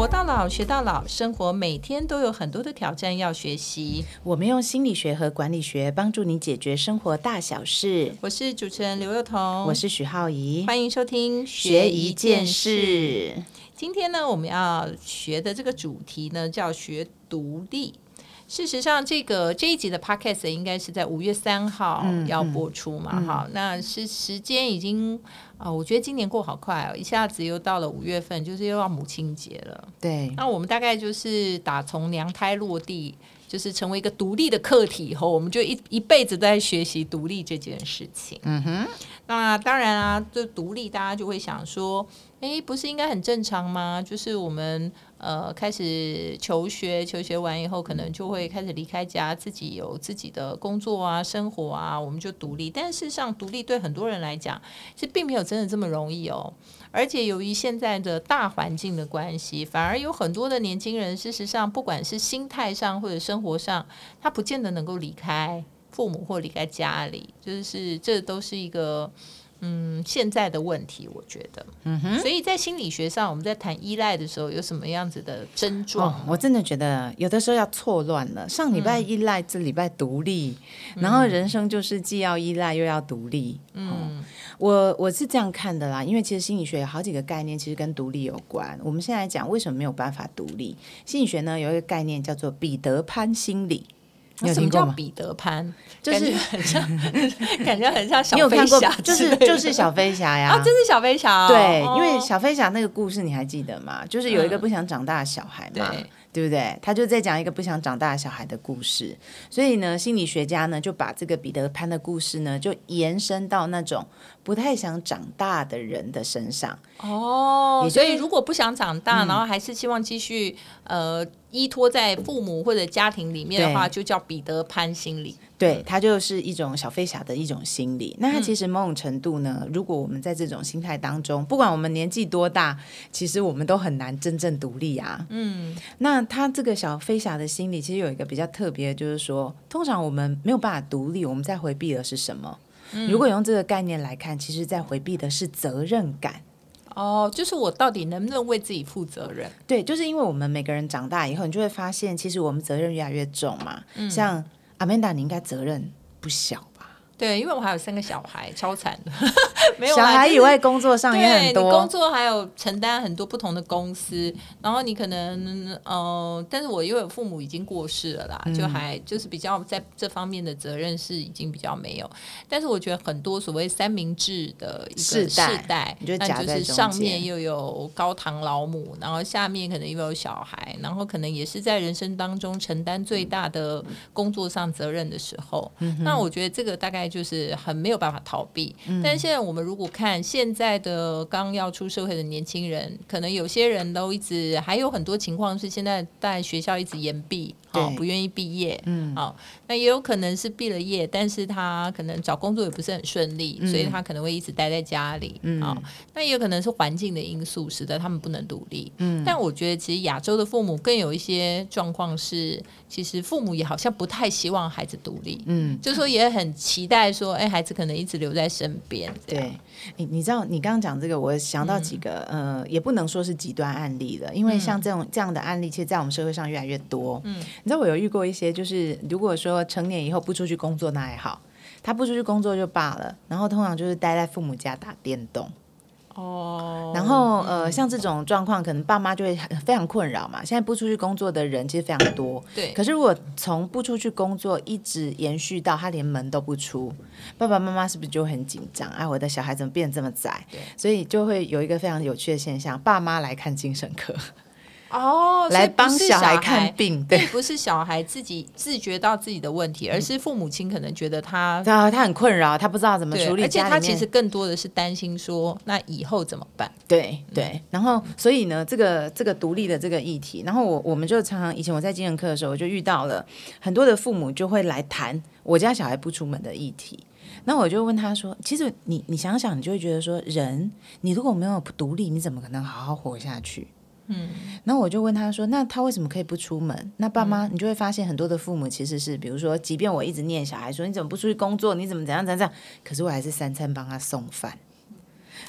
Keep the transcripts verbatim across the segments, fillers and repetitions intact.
到老学到老，生活每天都有很多的挑战要学习。 我们用心理学和管理学帮助你解决生活大小事。 我是主持人刘幼彤， 我是许浩怡， 欢迎收听学一件事。 今天呢，我们要学的这个主题呢，叫学独立。事实上，这个这一集的 podcast 应该是在五月三号要播出嘛，嗯嗯、好，那是时间已经啊、呃，我觉得今年过好快哦，一下子又到了五月份，就是又要母亲节了。 对， 那我们大概就是打从娘胎落地，就是成为一个独立的客体以后，我们就一一辈子都在学习独立这件事情。 嗯哼， 那当然啊，就独立，大家就会想说，哎，不是应该很正常吗？就是我们呃开始求学，求学完以后，可能就会开始离开家，自己有自己的工作啊、生活啊，我们就独立。但事实上，独立对很多人来讲，其实并没有真的这么容易哦。而且由于现在的大环境的关系，反而有很多的年轻人，事实上不管是心态上或者生活上，他不见得能够离开父母或离开家里，就是这都是一个嗯现在的问题，我觉得。嗯哼。所以在心理学上，我们在谈依赖的时候，有什么样子的症状、哦？ 我真的觉得有的时候要错乱了。上礼拜依赖，嗯、这礼拜独立，然后人生就是既要依赖又要独立。嗯。哦我我是这样看的啦，因为其实心理学有好几个概念其实跟独立有关。我们现在讲为什么没有办法独立，心理学呢有一个概念叫做彼得潘心理。你有听过吗？ 什么叫彼得潘？ 就是感觉很像，感觉很像小飞侠。 你有看过？就是就是小飞侠呀！ 啊，这是小飞侠、哦。 对， 哦、 因为小飞侠那个故事你还记得吗？就是有一个不想长大的小孩嘛。嗯，对对不对？他就在讲一个不想长大的小孩的故事，所以呢，心理学家呢就把这个彼得潘的故事呢，就延伸到那种不太想长大的人的身上。 哦，所以如果不想长大，嗯、然后还是希望继续呃依托在父母或者家庭里面的话，就叫彼得潘心理。 对，它就是一种小飞侠的一种心理。那它其实某种程度呢，嗯、如果我们在这种心态当中，不管我们年纪多大，其实我们都很难真正独立啊。嗯，那他这个小飞侠的心理，其实有一个比较特别的，就是说，通常我们没有办法独立，我们在回避的是什么？嗯、如果用这个概念来看，其实在回避的是责任感。 哦，就是我到底能不能为自己负责任？ 对，就是因为我们每个人长大以后，你就会发现，其实我们责任越来越重嘛。嗯、像Amanda，你应该责任不小吧？ 对，因为我还有三个小孩，超惨的。没有小孩以外，工作上也很多。 对，你工作还有承担很多不同的公司，然后你可能呃，但是我因为父母已经过世了啦，嗯、就还就是比较在这方面的责任是已经比较没有。但是我觉得很多所谓三明治的一个世代， 你就夹在中间， 那就是上面又有高堂老母，然后下面可能又有小孩，然后可能也是在人生当中承担最大的工作上责任的时候，嗯、那我觉得这个大概就是很没有办法逃避。嗯、但是现在我们如果看现在的刚要出社会的年轻人，可能有些人都一直还有很多情况是现在在学校一直延毕，哦、不愿意毕业，嗯，哦，那也有可能是毕了业，但是他可能找工作也不是很顺利，嗯、所以他可能会一直待在家里，嗯，哦，那也有可能是环境的因素使得他们不能独立，嗯，但我觉得其实亚洲的父母更有一些状况是，其实父母也好像不太希望孩子独立，嗯，就说也很期待说，哎，孩子可能一直留在身边， 对。你知道你刚刚讲这个我想到几个、嗯、呃，也不能说是极端案例了，因为像这种、嗯、这样的案例其实在我们社会上越来越多。嗯，你知道我有遇过一些，就是如果说成年以后不出去工作那还好，他不出去工作就罢了，然后通常就是待在父母家打电动。哦，然后呃，像这种状况，可能爸妈就会非常困扰嘛。现在不出去工作的人其实非常多， 对。 可是如果从不出去工作一直延续到他连门都不出，爸爸妈妈是不是就很紧张？哎、啊，我的小孩怎么变得这么窄？对，所以就会有一个非常有趣的现象，爸妈来看精神科。 哦， 来帮小孩看病， 对，不是小孩自己自觉到自己的问题，而是父母亲可能觉得他他他很困扰，他不知道怎么处理， 而且他其实更多的是担心说，那以后怎么办？ 对对，嗯、然后所以呢，这个这个独立的这个议题，然后我我们就常常以前我在精神科的时候，我就遇到了很多的父母就会来谈我家小孩不出门的议题。那我就问他说，其实你你想想，你就会觉得说，人你如果没有独立，你怎么可能好好活下去？嗯，然后我就问他说，那他为什么可以不出门？那爸妈、嗯、你就会发现很多的父母其实是，比如说即便我一直念小孩说你怎么不出去工作，你怎么怎样怎样怎样，可是我还是三餐帮他送饭。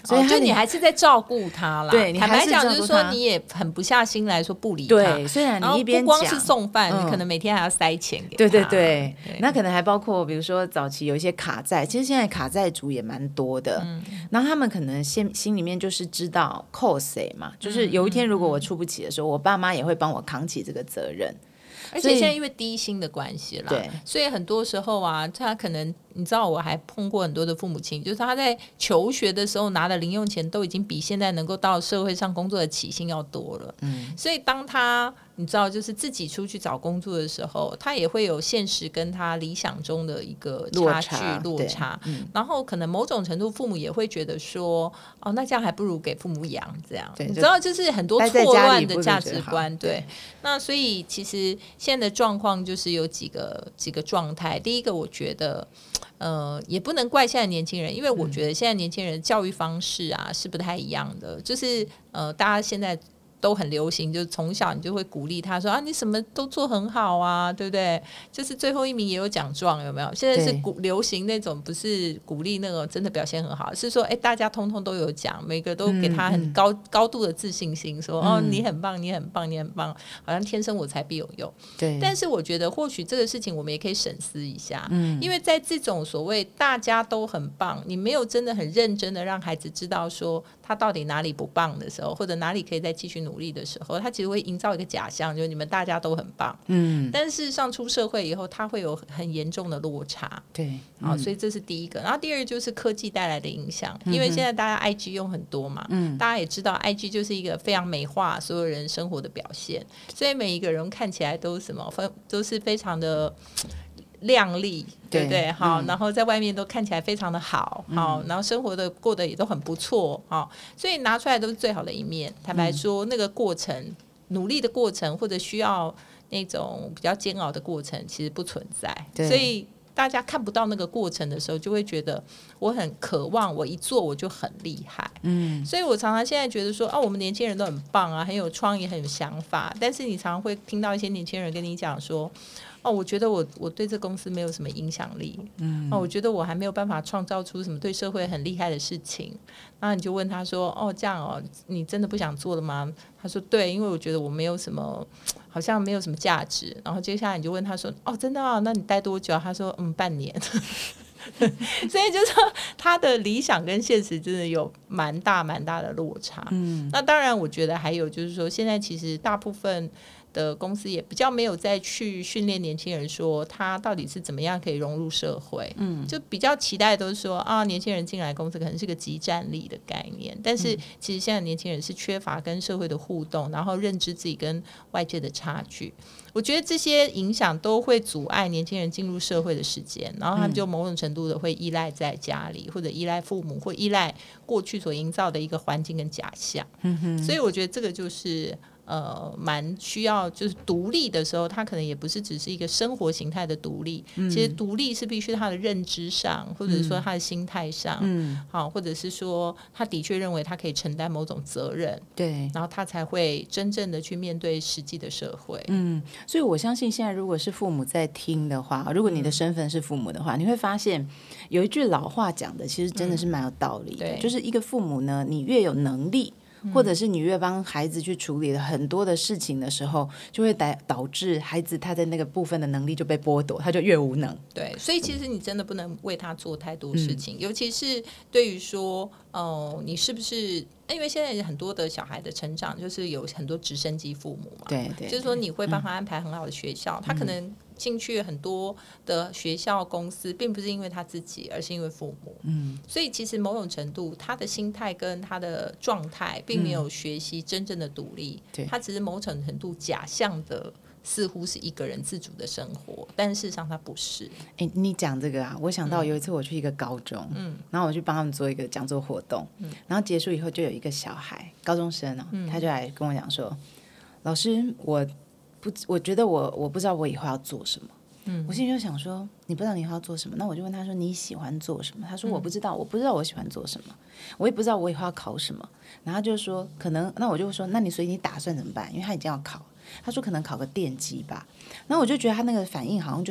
所以、 哦、就你还是在照顾他啦。 对，你还是坦白讲，就是说你也很不下心来说不理他。 对，虽然你一边讲，不光是送饭、嗯，你可能每天还要塞钱给他。 对对 对, 对，那可能还包括比如说早期有一些卡债，其实现在卡债族也蛮多的。嗯，然后他们可能心心里面就是知道扣谁嘛，就是有一天如果我出不起的时候，我爸妈也会帮我扛起这个责任。 而且现在因为低薪的关系啦，对，所以很多时候啊，他可能你知道，我还碰过很多的父母亲，就是他在求学的时候拿的零用钱都已经比现在能够到社会上工作的起薪要多了。嗯，所以当他你知道就是自己出去找工作的时候，他也会有现实跟他理想中的一个差距落差、嗯、然后可能某种程度父母也会觉得说，哦，那这样还不如给父母养，这样你知道就是很多错乱的价值观。 对, 对，那所以其实现在的状况就是有几个几个状态。第一个我觉得呃，也不能怪现在年轻人，因为我觉得现在年轻人教育方式啊是不太一样的，就是呃，大家现在都很流行，就是从小你就会鼓励他说啊，你什么都做很好啊，对不对？就是最后一名也有奖状，有没有？现在是鼓流行那种，不是鼓励那个真的表现很好，是说哎，大家通通都有奖，每个都给他很高、嗯、高度的自信心，说哦，你很棒，你很棒，你很棒，好像天生我材必有用。对。但是我觉得或许这个事情我们也可以审思一下，嗯，因为在这种所谓大家都很棒，你没有真的很认真的让孩子知道说他到底哪里不棒的时候，或者哪里可以再继续努力努力的时候，他其实会营造一个假象，就是你们大家都很棒，嗯，但是事实上出社会以后，他会有很严重的落差，对，好、嗯，所以这是第一个。然后第二就是科技带来的影响，因为现在大家 I G 用很多嘛，嗯，大家也知道 I G 就是一个非常美化所有人生活的表现，所以每一个人看起来都是什么，都是非常的亮丽，对不对？好、嗯，然后在外面都看起来非常的好，好、嗯，然后生活的过得也都很不错，好，所以拿出来都是最好的一面。坦白说，嗯、那个过程、努力的过程，或者需要那种比较煎熬的过程，其实不存在。所以大家看不到那个过程的时候，就会觉得我很渴望，我一做我就很厉害。嗯，所以我常常现在觉得说，哦，我们年轻人都很棒啊，很有创意，很有想法。但是你常常会听到一些年轻人跟你讲说，哦，我觉得我我对这公司没有什么影响力，嗯，哦，我觉得我还没有办法创造出什么对社会很厉害的事情。然后你就问他说，哦，这样哦，你真的不想做了吗？他说对，因为我觉得我没有什么，好像没有什么价值。然后接下来你就问他说，哦，真的啊，那你待多久？他说嗯，半年。所以就是说他的理想跟现实真的有蛮大蛮大的落差。嗯，那当然我觉得还有就是说，现在其实大部分的公司也比较没有再去训练年轻人说他到底是怎么样可以融入社会，嗯，就比较期待都是说啊，年轻人进来公司可能是个即战力的概念，但是其实现在年轻人是缺乏跟社会的互动，然后认知自己跟外界的差距。我觉得这些影响都会阻碍年轻人进入社会的时间，然后他们就某种程度的会依赖在家里，或者依赖父母，或依赖过去所营造的一个环境跟假象。嗯，所以我觉得这个就是呃，蛮需要就是独立的时候，他可能也不是只是一个生活形态的独立，嗯、其实独立是必须他的认知上，或者说他的心态上，嗯，好，或者是说他的确认为他可以承担某种责任，对，然后他才会真正的去面对实际的社会。嗯， 所以我相信现在如果是父母在听的话，如果你的身份是父母的话，嗯、你会发现有一句老话讲的，其实真的是蛮有道理的，嗯、就是一个父母呢，你越有能力。或者是你越帮孩子去处理了很多的事情的时候，就会导致孩子他在那个部分的能力就被剥夺，他就越无能。 对，所以其实你真的不能为他做太多事情，嗯、尤其是对于说，哦、呃，你是不是？因为现在很多的小孩的成长，就是有很多直升机父母嘛，对对，就是说你会帮他安排很好的学校，嗯、他可能进去很多的学校公司，并不是因为他自己，而是因为父母。嗯，所以其实某种程度，他的心态跟他的状态，并没有学习真正的独立，嗯、他只是某种程度假象的。似乎是一个人自主的生活，但事实上他不是。 欸、你讲这个啊，我想到有一次我去一个高中，嗯，然后我去帮他们做一个讲座活动，嗯，然后结束以后就有一个小孩，高中生哦，嗯、他就来跟我讲说，老师，我不，我觉得我我不知道我以后要做什么。嗯，我心里就想说，你不知道你以后要做什么，那我就问他说你喜欢做什么？他说我不知道，我不知道我喜欢做什么，我也不知道我以后要考什么。然后他就说可能，那我就说，那你所以你打算怎么办？因为他已经要考。他说可能考个电机吧，然后我就觉得他那个反应好像就是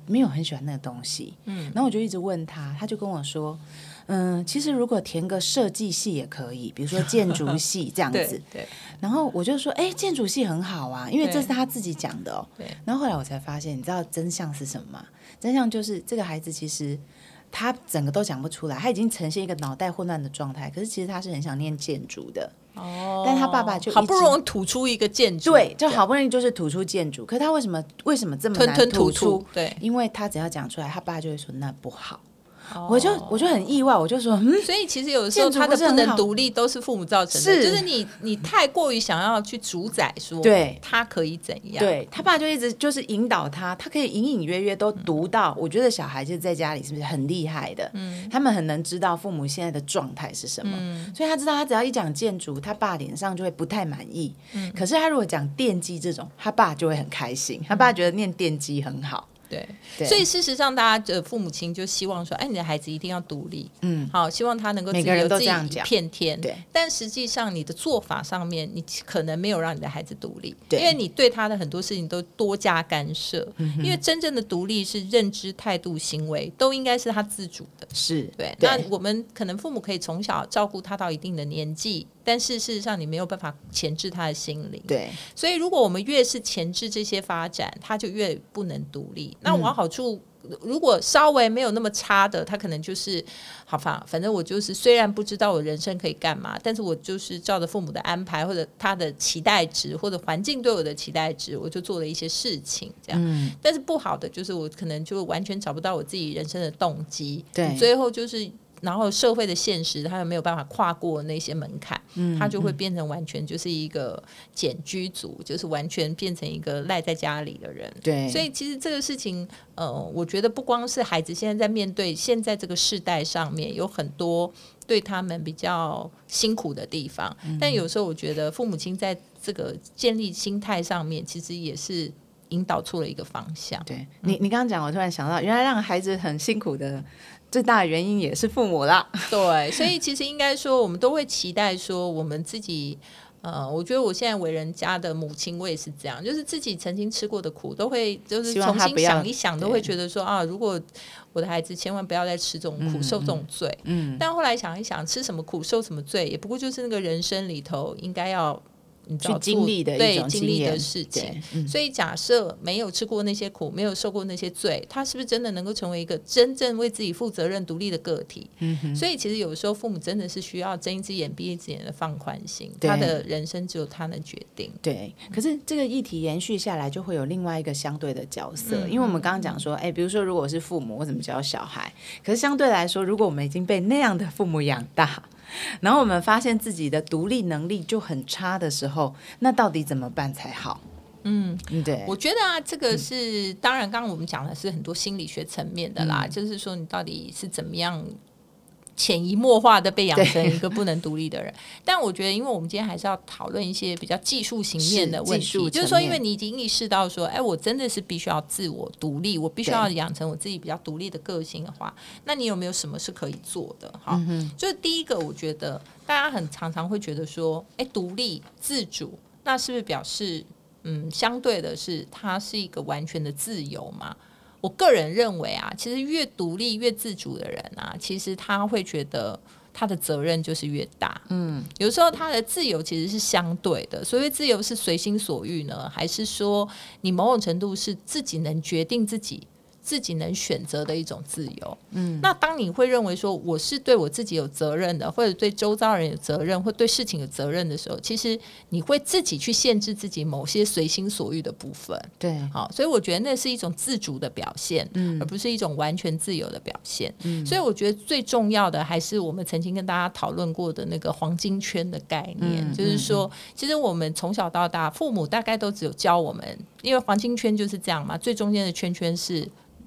没有很喜欢那个东西，嗯，然后我就一直问他，他就跟我说，嗯，其实如果填个设计系也可以，比如说建筑系这样子， 对对， 然后我就说，哎，建筑系很好啊，因为这是他自己讲的哦。 对， 然后后来我才发现，你知道真相是什么吗？真相就是这个孩子其实他整个都讲不出来，他已经呈现一个脑袋混乱的状态，可是其实他是很想念建筑的。哦，但他爸爸就好不容易吐出一个建筑， 对，就好不容易就是吐出建筑，可是他为什么为什么这么难吞吞吐出？对， 因为他只要讲出来，他爸就会说那不好。我就我就很意外，我就说，嗯， 所以其实有的时候他的不能独立都是父母造成的，是就是你你太过于想要去主宰说，对，他可以怎样？ 对他爸就一直就是引导他，他可以隐隐约约都读到。嗯、我觉得小孩就在家里是不是很厉害的？嗯，他们很能知道父母现在的状态是什么，嗯、所以他知道他只要一讲建筑，他爸脸上就会不太满意。嗯，可是他如果讲电机这种，他爸就会很开心，他爸觉得念电机很好。 对，对，所以事实上，大家的父母亲就希望说，哎，你的孩子一定要独立，嗯，好，希望他能够自己有自己一片天。对，但实际上你的做法上面，你可能没有让你的孩子独立，因为你对他的很多事情都多加干涉。嗯、因为真正的独立是认知、态度、行为都应该是他自主的。 是， 对。那我们可能父母可以从小照顾他到一定的年纪。但是事实上你没有办法钳制他的心灵， 对， 所以如果我们越是钳制这些发展，他就越不能独立。那往好处、嗯、如果稍微没有那么差的，他可能就是好吧，反正我就是虽然不知道我人生可以干嘛，但是我就是照着父母的安排或者他的期待值或者环境对我的期待值，我就做了一些事情这样、嗯、但是不好的就是我可能就完全找不到我自己人生的动机，对，最后就是然后社会的现实他又没有办法跨过那些门槛、嗯、他就会变成完全就是一个简居族、嗯、就是完全变成一个赖在家里的人。对，所以其实这个事情呃，我觉得不光是孩子现在在面对现在这个世代上面有很多对他们比较辛苦的地方、嗯、但有时候我觉得父母亲在这个建立心态上面其实也是引导出了一个方向。 对，你你刚刚讲我突然想到原来让孩子很辛苦的最大的原因也是父母啦。 对，所以其实应该说我们都会期待说我们自己呃，我觉得我现在为人家的母亲我也是这样，就是自己曾经吃过的苦都会就是重新想一想，都会觉得说啊，如果我的孩子千万不要再吃这种苦、嗯、受这种罪、嗯、但后来想一想，吃什么苦受什么罪也不过就是那个人生里头应该要你知道去经历的一种经历的事情、嗯、所以假设没有吃过那些苦，没有受过那些罪，他是不是真的能够成为一个真正为自己负责任独立的个体、嗯、所以其实有时候父母真的是需要睁一只眼闭一只眼的放宽心，他的人生只有他能决定。 对，可是这个议题延续下来就会有另外一个相对的角色、嗯、因为我们刚刚讲说哎，比如说如果我是父母我怎么教小孩，可是相对来说如果我们已经被那样的父母养大，然后我们发现自己的独立能力就很差的时候，那到底怎么办才好？ 嗯，对，我觉得啊，这个是、嗯、当然，刚刚我们讲的是很多心理学层面的啦、嗯，就是说你到底是怎么样潜移默化的被养成一个不能独立的人。但我觉得因为我们今天还是要讨论一些比较技术型面的问题，就是说因为你已经意识到说哎，我真的是必须要自我独立，我必须要养成我自己比较独立的个性的话，那你有没有什么是可以做的？嗯、就是第一个我觉得大家很常常会觉得说哎，独立自主那是不是表示嗯，相对的是它是一个完全的自由嘛？我个人认为啊，其实越独立越自主的人啊，其实他会觉得他的责任就是越大。嗯，有时候他的自由其实是相对的，所谓自由是随心所欲呢，还是说你某种程度是自己能决定自己自己能选择的一种自由。嗯，那当你会认为说我是对我自己有责任的，或者对周遭人有责任，或对事情有责任的时候，其实你会自己去限制自己某些随心所欲的部分。对，好，所以我觉得那是一种自主的表现、嗯、而不是一种完全自由的表现、嗯、所以我觉得最重要的还是我们曾经跟大家讨论过的那个黄金圈的概念、嗯、就是说其实我们从小到大父母大概都只有教我们，因为黄金圈就是这样嘛，最中间的圈圈是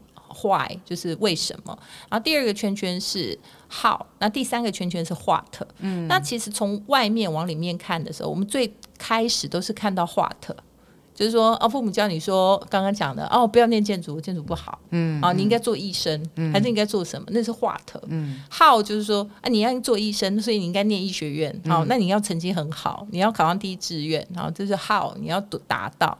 why， 就是为什么，然后第二个圈圈是 how， 那第三个圈圈是 what、嗯、那其实从外面往里面看的时候，我们最开始都是看到 what， 就是说、哦、父母教你说刚刚讲的哦，不要念建筑，建筑不好、嗯哦、你应该做医生、嗯、还是应该做什么，那是 what、嗯、how 就是说、啊、你要做医生，所以你应该念医学院、嗯、好，那你要成绩很好，你要考上第一志愿，然后这是 how 你要达到。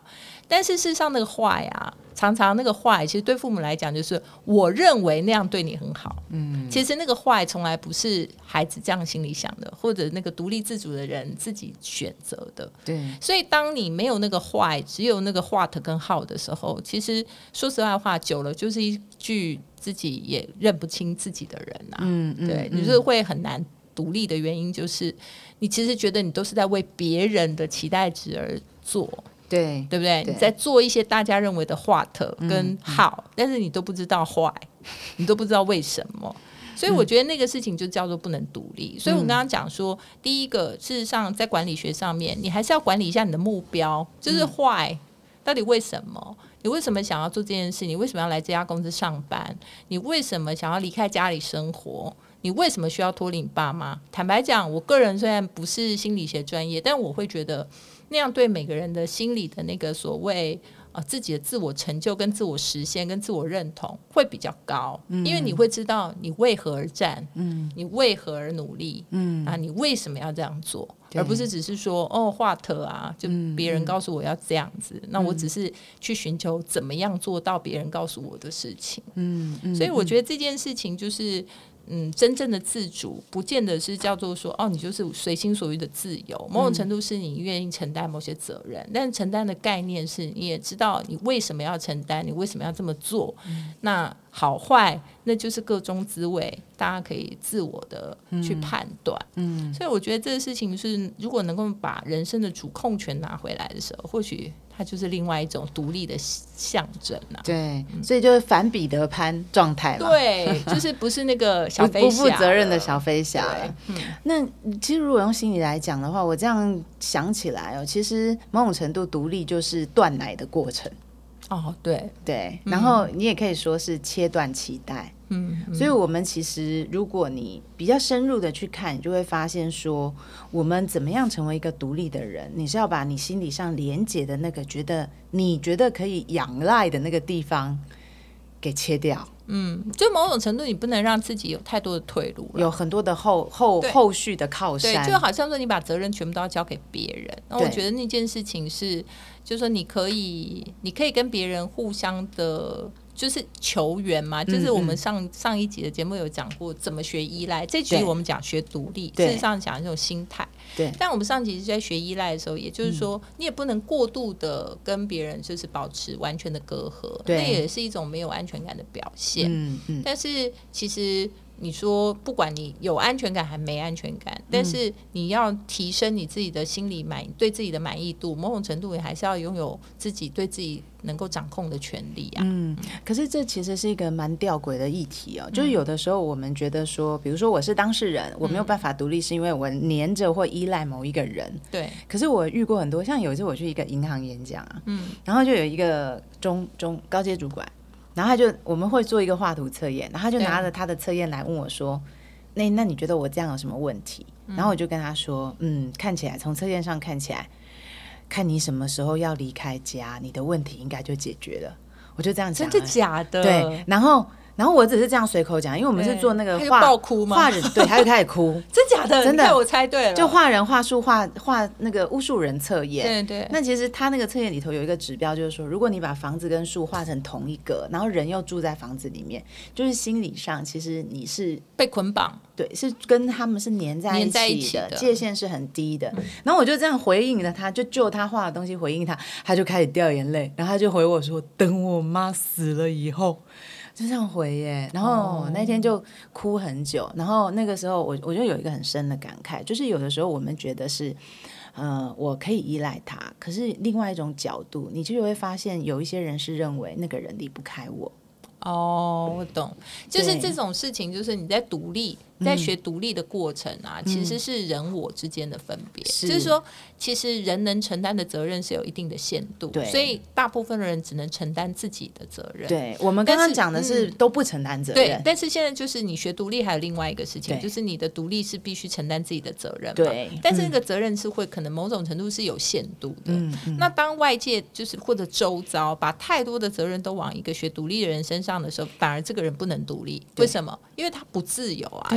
但是事实上那个坏啊，常常那个坏其实对父母来讲就是我认为那样对你很好，嗯，其实那个坏从来不是孩子这样心里想的，或者那个独立自主的人自己选择的。 对， 所以当你没有那个坏，只有那个 what 跟 how 的时候，其实说实在话久了就是一句自己也认不清自己的人啊，嗯嗯，对，你就是会很难独立的原因就是你其实觉得你都是在为别人的期待值而做， 对对不对？ 对你在做一些大家认为的 what 跟 how，嗯，但是你都不知道 why， 你都不知道为什么。所以我觉得那个事情就叫做不能独立。所以我刚刚讲说，第一个事实上在管理学上面，你还是要管理一下你的目标，就是 why， 到底为什么？你为什么想要做这件事？你为什么要来这家公司上班？你为什么想要离开家里生活？你为什么需要脱离你爸妈？坦白讲，我个人虽然不是心理学专业，但我会觉得那样对每个人的心理的那个所谓呃自己的自我成就跟自我实现跟自我认同会比较高，嗯，因为你会知道你为何而战，嗯，你为何而努力，嗯啊，你为什么要这样做，而不是只是说哦画特啊，就别人告诉我要这样子，嗯，那我只是去寻求怎么样做到别人告诉我的事情，嗯，嗯，所以我觉得这件事情就是嗯，真正的自主不见得是叫做说哦，你就是随心所欲的自由，某种程度是你愿意承担某些责任，嗯，但是承担的概念是你也知道你为什么要承担，你为什么要这么做，嗯，那好坏那就是各中滋味，大家可以自我的去判断，嗯，所以我觉得这个事情是如果能够把人生的主控权拿回来的时候，或许它就是另外一种独立的象征啊。 对，嗯，所以就是反彼得潘状态嘛。 对，就是不是那个小飞侠， 不负责任的小飞侠了。嗯，那其实如果用心理来讲的话，我这样想起来哦，其实某种程度独立就是断奶的过程。 哦，对对，然后你也可以说是切断期待。嗯，所以我们其实如果你比较深入的去看，你就会发现说我们怎么样成为一个独立的人，你是要把你心理上连结的那个觉得你觉得可以仰赖的那个地方给切掉。 嗯，就某种程度你不能让自己有太多的退路， 有很多的后后后续的靠山。 对，就好像说你把责任全部都要交给别人，那我觉得那件事情是就是说你可以你可以跟别人互相的就是求援嘛，就是我们上、嗯、上一集的节目有讲过怎么学依赖，这集我们讲学独立，事实上讲这种心态。对，但我们上集是在学依赖的时候，也就是说、嗯、你也不能过度的跟别人就是保持完全的隔阂，那也是一种没有安全感的表现。嗯嗯，但是其实你说不管你有安全感还没安全感，但是你要提升你自己的心理满对自己的满意度，某种程度也还是要拥有自己对自己能够掌控的权利啊。 嗯，可是这其实是一个蛮吊诡的议题哦，就是有的时候我们觉得说，比如说我是当事人，我没有办法独立，是因为我黏着或依赖某一个人。对。可是我遇过很多，像有一次我去一个银行演讲啊，嗯，然后就有一个中中高阶主管。然后他就我们会做一个画图测验，然后他就拿着他的测验来问我说那那你觉得我这样有什么问题、嗯、然后我就跟他说嗯，看起来从测验上看起来看你什么时候要离开家你的问题应该就解决了，我就这样讲。 真的假的？ 对，然后然后我只是这样随口讲，因为我们是做那个画爆哭吗？ 画人，对，他就开始哭。 真假的？ 真的， 我猜对了。 就画人画树画画那个巫术人测验。 对对。 那其实他那个测验里头有一个指标，就是说，如果你把房子跟树画成同一个，然后人又住在房子里面，就是心理上其实你是被捆绑， 对，是跟他们是黏在一起的， 在一起的界限是很低的、嗯。然后我就这样回应了他，就就他画的东西回应他，他就开始掉眼泪，然后他就回我说：“等我妈死了以后。”就这样回耶，然后那天就哭很久，然后那个时候我我就有一个很深的感慨，就是有的时候我们觉得是，呃，我可以依赖他，可是另外一种角度，你就会发现有一些人是认为那个人离不开我。 哦，我懂，就是这种事情，就是你在独立，在学独立的过程啊，嗯、其实是人我之间的分别，是就是说，其实人能承担的责任是有一定的限度，所以大部分的人只能承担自己的责任。 对，我们刚刚讲的是都不承担责任， 对，但是现在就是你学独立还有另外一个事情，就是你的独立是必须承担自己的责任嘛， 对， 但是那个责任是会可能某种程度是有限度的。嗯嗯、那当外界就是或者周遭把太多的责任都往一个学独立的人身上的时候，反而这个人不能独立。为什么？因为他不自由啊。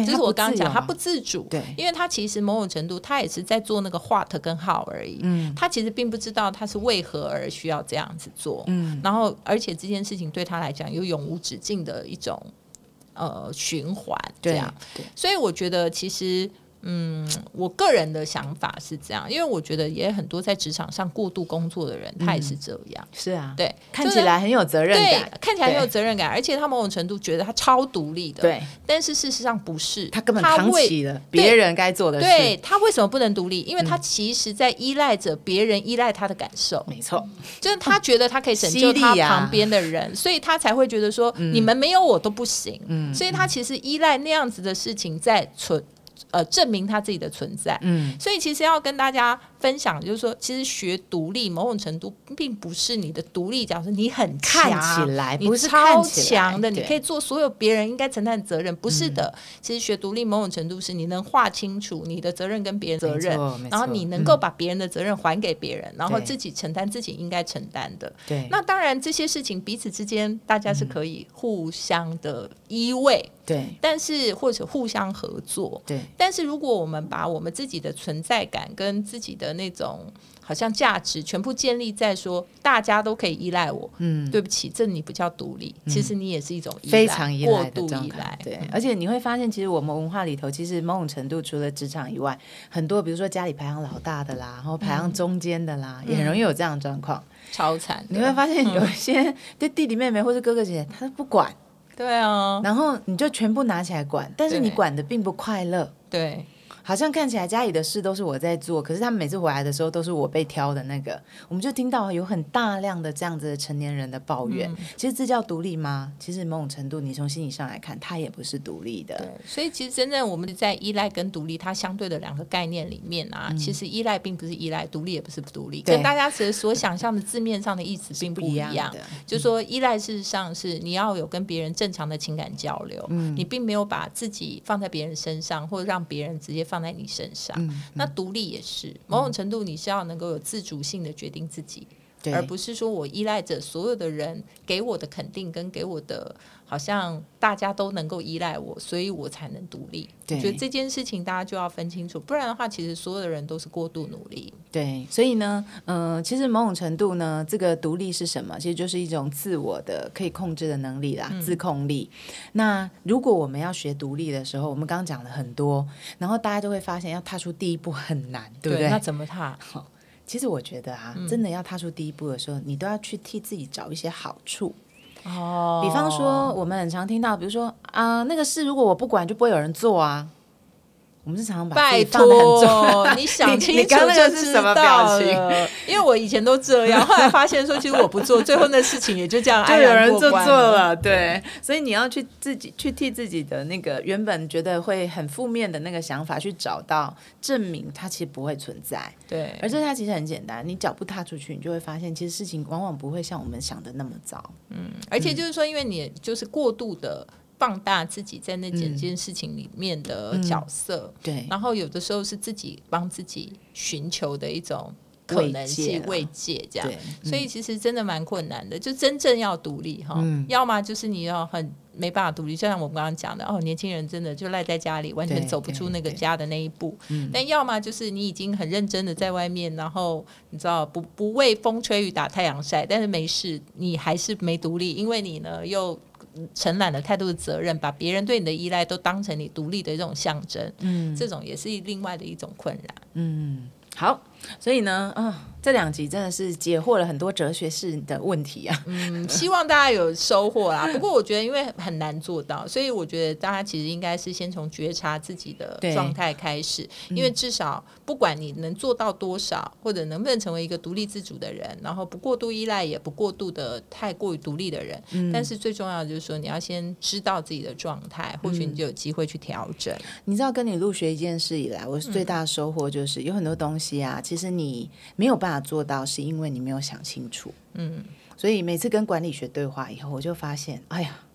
这是我刚刚讲他不自主， 对， 因为他其实某种程度他也是在做那个 what 跟 how 而已，嗯，他其实并不知道他是为何而需要这样子做，嗯，然后而且这件事情对他来讲有永无止境的一种呃循环，这样，所以我觉得其实。嗯，我个人的想法是这样，因为我觉得也很多在职场上过度工作的人，他也是这样。 嗯、是啊， 对， 看起来很有责任感， 对，看起来很有责任感，而且他某种程度觉得他超独立的， 对。 但是事实上不是， 他根本扛起了别人该做的事。 对，他为什么不能独立？因为他其实在依赖着别人依赖他的感受。 没错， 就是他觉得他可以拯救他旁边的人，啊、所以他才会觉得说、嗯、你们没有我都不行。嗯，所以他其实依赖那样子的事情在存。呃，证明他自己的存在，嗯，所以其实要跟大家分享，就是说，其实学独立某种程度并不是你的独立，假如说你很强， 看起来你超强的，你可以做所有别人应该承担的责任，不是的。嗯、其实学独立某种程度是你能划清楚你的责任跟别人责任，然后你能够把别人的责任还给别人，嗯、然后自己承担自己应该承担的。对，那当然这些事情彼此之间大家是可以互相的依偎。对，但是或者互相合作，对。但是如果我们把我们自己的存在感跟自己的那种好像价值全部建立在说大家都可以依赖我，嗯，对不起，这你不叫独立，嗯、其实你也是一种依赖， 非常依赖的过度依赖。 对，嗯、而且你会发现，其实我们文化里头，其实某种程度除了职场以外，很多比如说家里排行老大的啦，然后排行中间的啦，嗯、也很容易有这样的状况， 超惨。 你会发现有一些对弟弟妹妹或是哥哥姐姐，他都不管。 对啊， 然后你就全部拿起来管，但是你管的并不快乐。 对， 好像看起来家里的事都是我在做，可是他们每次回来的时候都是我被挑的那个。我们就听到有很大量的这样子的成年人的抱怨。嗯、其实这叫独立吗？其实某种程度，你从心理上来看，它也不是独立的。 对，所以其实真正我们在依赖跟独立它相对的两个概念里面啊，嗯、其实依赖并不是依赖，独立也不是独立，跟大家所想象的字面上的意思并不一样。一样的就是说，依赖事实上是你要有跟别人正常的情感交流，嗯、你并没有把自己放在别人身上，或者让别人直接放在你身上。嗯嗯、那独立也是某种程度，你是要能够有自主性的决定自己，而不是说我依赖着所有的人给我的肯定跟给我的好像大家都能够依赖我，所以我才能独立。我觉得这件事情大家就要分清楚，不然的话其实所有的人都是过度努力。 对，所以呢呃，其实某种程度呢，这个独立是什么？其实就是一种自我的可以控制的能力啦，嗯、自控力。那如果我们要学独立的时候，我们刚刚讲了很多，然后大家就会发现要踏出第一步很难，对不对？ 对，那怎么踏？ 其实我觉得啊，嗯、真的要踏出第一步的时候，你都要去替自己找一些好处。哦，比方说我们很常听到，比如说啊、呃，那个事如果我不管，就不会有人做啊。我们是常常把自己放得很重， 你想清楚就知道了。因为我以前都这样，后来发现说，其实我不做，最后那事情也就这样安然过关了，就有人就做了。 对，所以你要去自己去替自己的那个原本觉得会很负面的那个想法，去找到证明它其实不会存在。对，而且它其实很简单，你脚步踏出去，你就会发现，其实事情往往不会像我们想的那么糟。 嗯，而且就是说，因为你就是过度的放大自己在那整件事情里面的角色，嗯、对，然后有的时候是自己帮自己寻求的一种可能性慰藉，这样，嗯、所以其实真的蛮困难的。就真正要独立哈，嗯、要么就是你要很没办法独立，就像我们刚刚讲的，哦，年轻人真的就赖在家里，完全走不出那个家的那一步。但要么就是你已经很认真的在外面，然后你知道不不畏风吹雨打太阳晒，但是没事，你还是没独立，因为你呢又承揽了太多的责任，把别人对你的依赖都当成你独立的一种象征，嗯，这种也是另外的一种困扰。 嗯，好，所以呢，啊、哦，这两集真的是解惑了很多哲学式的问题啊。 嗯，希望大家有收获啦。不过我觉得因为很难做到，所以我觉得大家其实应该是先从觉察自己的状态开始，因为至少不管你能做到多少，或者能不能成为一个独立自主的人，然后不过度依赖，也不过度的太过于独立的人，嗯、但是最重要的就是说你要先知道自己的状态，或许你就有机会去调整。嗯、 你知道跟你入学一件事以来，我最大的收获就是、嗯、有很多东西啊，其实你没有办法做到，是因为你没有想清楚。嗯，所以每次跟管理学对话以后，我就发现，哎呀，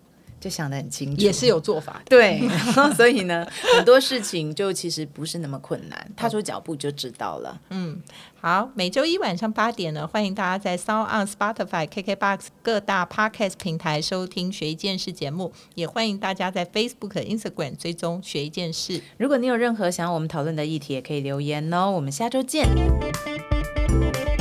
就想得很清楚， 也是有做法的。 对，然后所以呢，很多事情就其实不是那么困难，踏出脚步就知道了。 嗯，好，每周一晚上八点呢，欢迎大家在 SoundOn、Spotify、K K B O X 各大 Podcast 平台收听学一件事节目，也欢迎大家在 Facebook、Instagram 追踪学一件事。 如果你有任何想要我们讨论的议题，也可以留言哦。我们下周见。